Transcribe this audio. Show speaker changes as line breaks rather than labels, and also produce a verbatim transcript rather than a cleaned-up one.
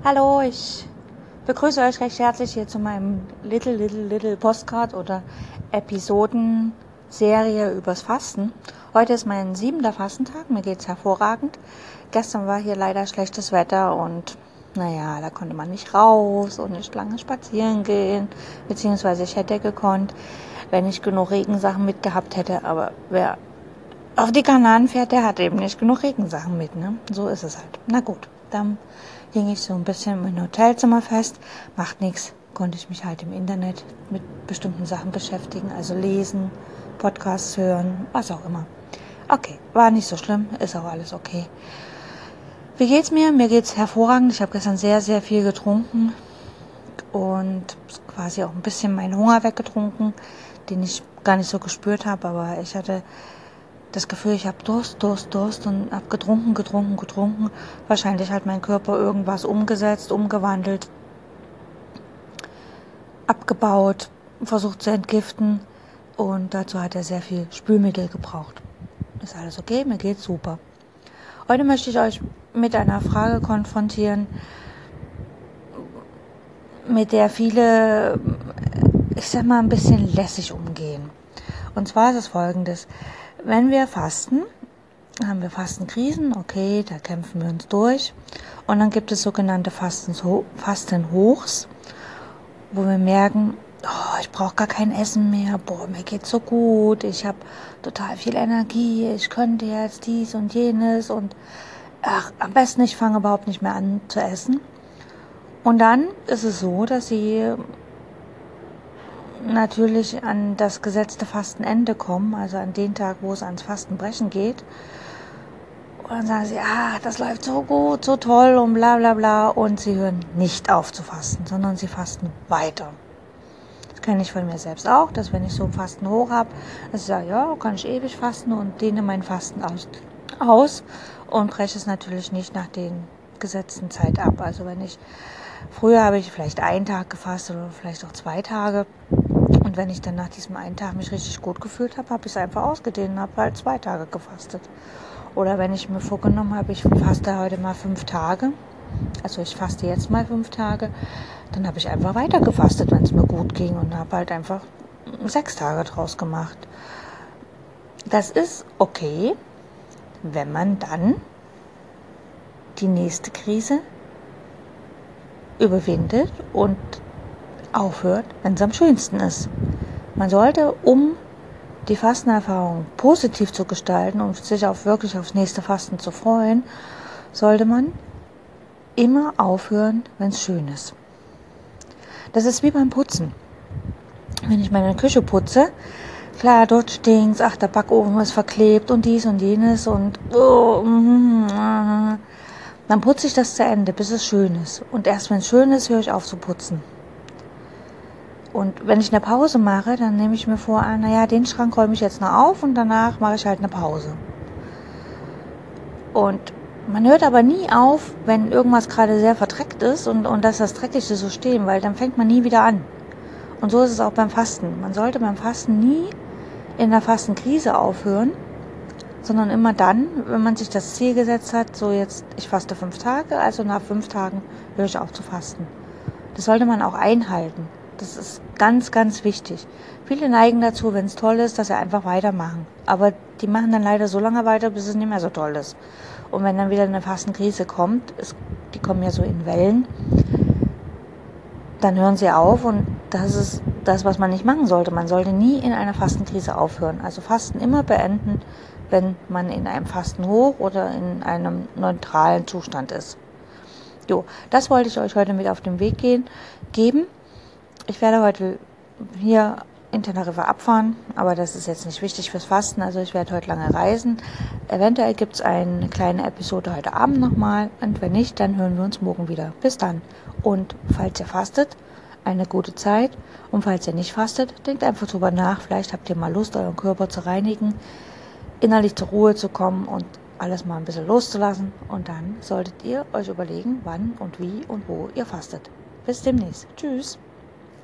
Hallo, ich begrüße euch recht herzlich hier zu meinem Little Little Little Postcard oder Episodenserie übers Fasten. Heute ist mein siebenter Fastentag, mir geht's hervorragend. Gestern war hier leider schlechtes Wetter und naja, da konnte man nicht raus und nicht lange spazieren gehen, beziehungsweise ich hätte gekonnt, wenn ich genug Regensachen mitgehabt hätte, aber wer auf die Kanaren fährt, der hat eben nicht genug Regensachen mit, ne? So ist es halt. Na gut, dann hing ich so ein bisschen in mein Hotelzimmer fest. Macht nichts, konnte ich mich halt im Internet mit bestimmten Sachen beschäftigen, also lesen, Podcasts hören, was auch immer. Okay, war nicht so schlimm, ist auch alles okay. Wie geht's mir? Mir geht's hervorragend. Ich habe gestern sehr, sehr viel getrunken und quasi auch ein bisschen meinen Hunger weggetrunken, den ich gar nicht so gespürt habe, aber ich hatte das Gefühl, ich habe Durst, Durst, Durst und habe getrunken, getrunken, getrunken. Wahrscheinlich hat mein Körper irgendwas umgesetzt, umgewandelt, abgebaut, versucht zu entgiften und dazu hat er sehr viel Spülmittel gebraucht. Ist alles okay, mir geht's super. Heute möchte ich euch mit einer Frage konfrontieren, mit der viele, ich sag mal, ein bisschen lässig umgehen. Und zwar ist es folgendes: Wenn wir fasten, haben wir Fastenkrisen, okay, da kämpfen wir uns durch. Und dann gibt es sogenannte Fastenhochs, wo wir merken, oh, ich brauche gar kein Essen mehr, boah, mir geht's so gut, ich habe total viel Energie, ich könnte jetzt dies und jenes und ach, am besten ich fange überhaupt nicht mehr an zu essen. Und dann ist es so, dass sie natürlich an das gesetzte Fastenende kommen, also an den Tag, wo es ans Fastenbrechen geht. Und dann sagen sie, ah, das läuft so gut, so toll und bla bla bla. Und sie hören nicht auf zu fasten, sondern sie fasten weiter. Das kenne ich von mir selbst auch, dass wenn ich so ein Fasten hoch habe, dass ich sage, ja, kann ich ewig fasten und dehne mein Fasten aus, aus und breche es natürlich nicht nach den gesetzten Zeit ab. Also wenn ich, früher habe ich vielleicht einen Tag gefastet oder vielleicht auch zwei Tage. Und wenn ich dann nach diesem einen Tag mich richtig gut gefühlt habe, habe ich es einfach ausgedehnt und habe halt zwei Tage gefastet. Oder wenn ich mir vorgenommen habe, ich faste heute mal fünf Tage, also ich faste jetzt mal fünf Tage, dann habe ich einfach weiter gefastet, wenn es mir gut ging und habe halt einfach sechs Tage draus gemacht. Das ist okay, wenn man dann die nächste Krise überwindet und aufhört, wenn es am schönsten ist. Man sollte, um die Fastenerfahrung positiv zu gestalten und sich auch wirklich aufs nächste Fasten zu freuen, sollte man immer aufhören, wenn es schön ist. Das ist wie beim Putzen. Wenn ich meine Küche putze, klar, dort stinkt's, ach, der Backofen ist verklebt und dies und jenes und oh, mm, mm, dann putze ich das zu Ende, bis es schön ist. Und erst wenn es schön ist, höre ich auf zu putzen. Und wenn ich eine Pause mache, dann nehme ich mir vor, ah, naja, den Schrank räume ich jetzt noch auf und danach mache ich halt eine Pause. Und man hört aber nie auf, wenn irgendwas gerade sehr verdreckt ist und, und dass das Dreckigste so stehen, weil dann fängt man nie wieder an. Und so ist es auch beim Fasten. Man sollte beim Fasten nie in der Fastenkrise aufhören, sondern immer dann, wenn man sich das Ziel gesetzt hat, so jetzt, ich faste fünf Tage, also nach fünf Tagen höre ich auf zu fasten. Das sollte man auch einhalten. Das ist ganz, ganz wichtig. Viele neigen dazu, wenn es toll ist, dass sie einfach weitermachen. Aber die machen dann leider so lange weiter, bis es nicht mehr so toll ist. Und wenn dann wieder eine Fastenkrise kommt, es, die kommen ja so in Wellen, dann hören sie auf und das ist das, was man nicht machen sollte. Man sollte nie in einer Fastenkrise aufhören. Also Fasten immer beenden, wenn man in einem Fastenhoch oder in einem neutralen Zustand ist. Jo, das wollte ich euch heute mit auf den Weg gehen, geben. Ich werde heute hier in Teneriffa abfahren, aber das ist jetzt nicht wichtig fürs Fasten, also ich werde heute lange reisen. Eventuell gibt es eine kleine Episode heute Abend nochmal und wenn nicht, dann hören wir uns morgen wieder. Bis dann. Und falls ihr fastet, eine gute Zeit und falls ihr nicht fastet, denkt einfach drüber nach, vielleicht habt ihr mal Lust, euren Körper zu reinigen, innerlich zur Ruhe zu kommen und alles mal ein bisschen loszulassen und dann solltet ihr euch überlegen, wann und wie und wo ihr fastet. Bis demnächst. Tschüss.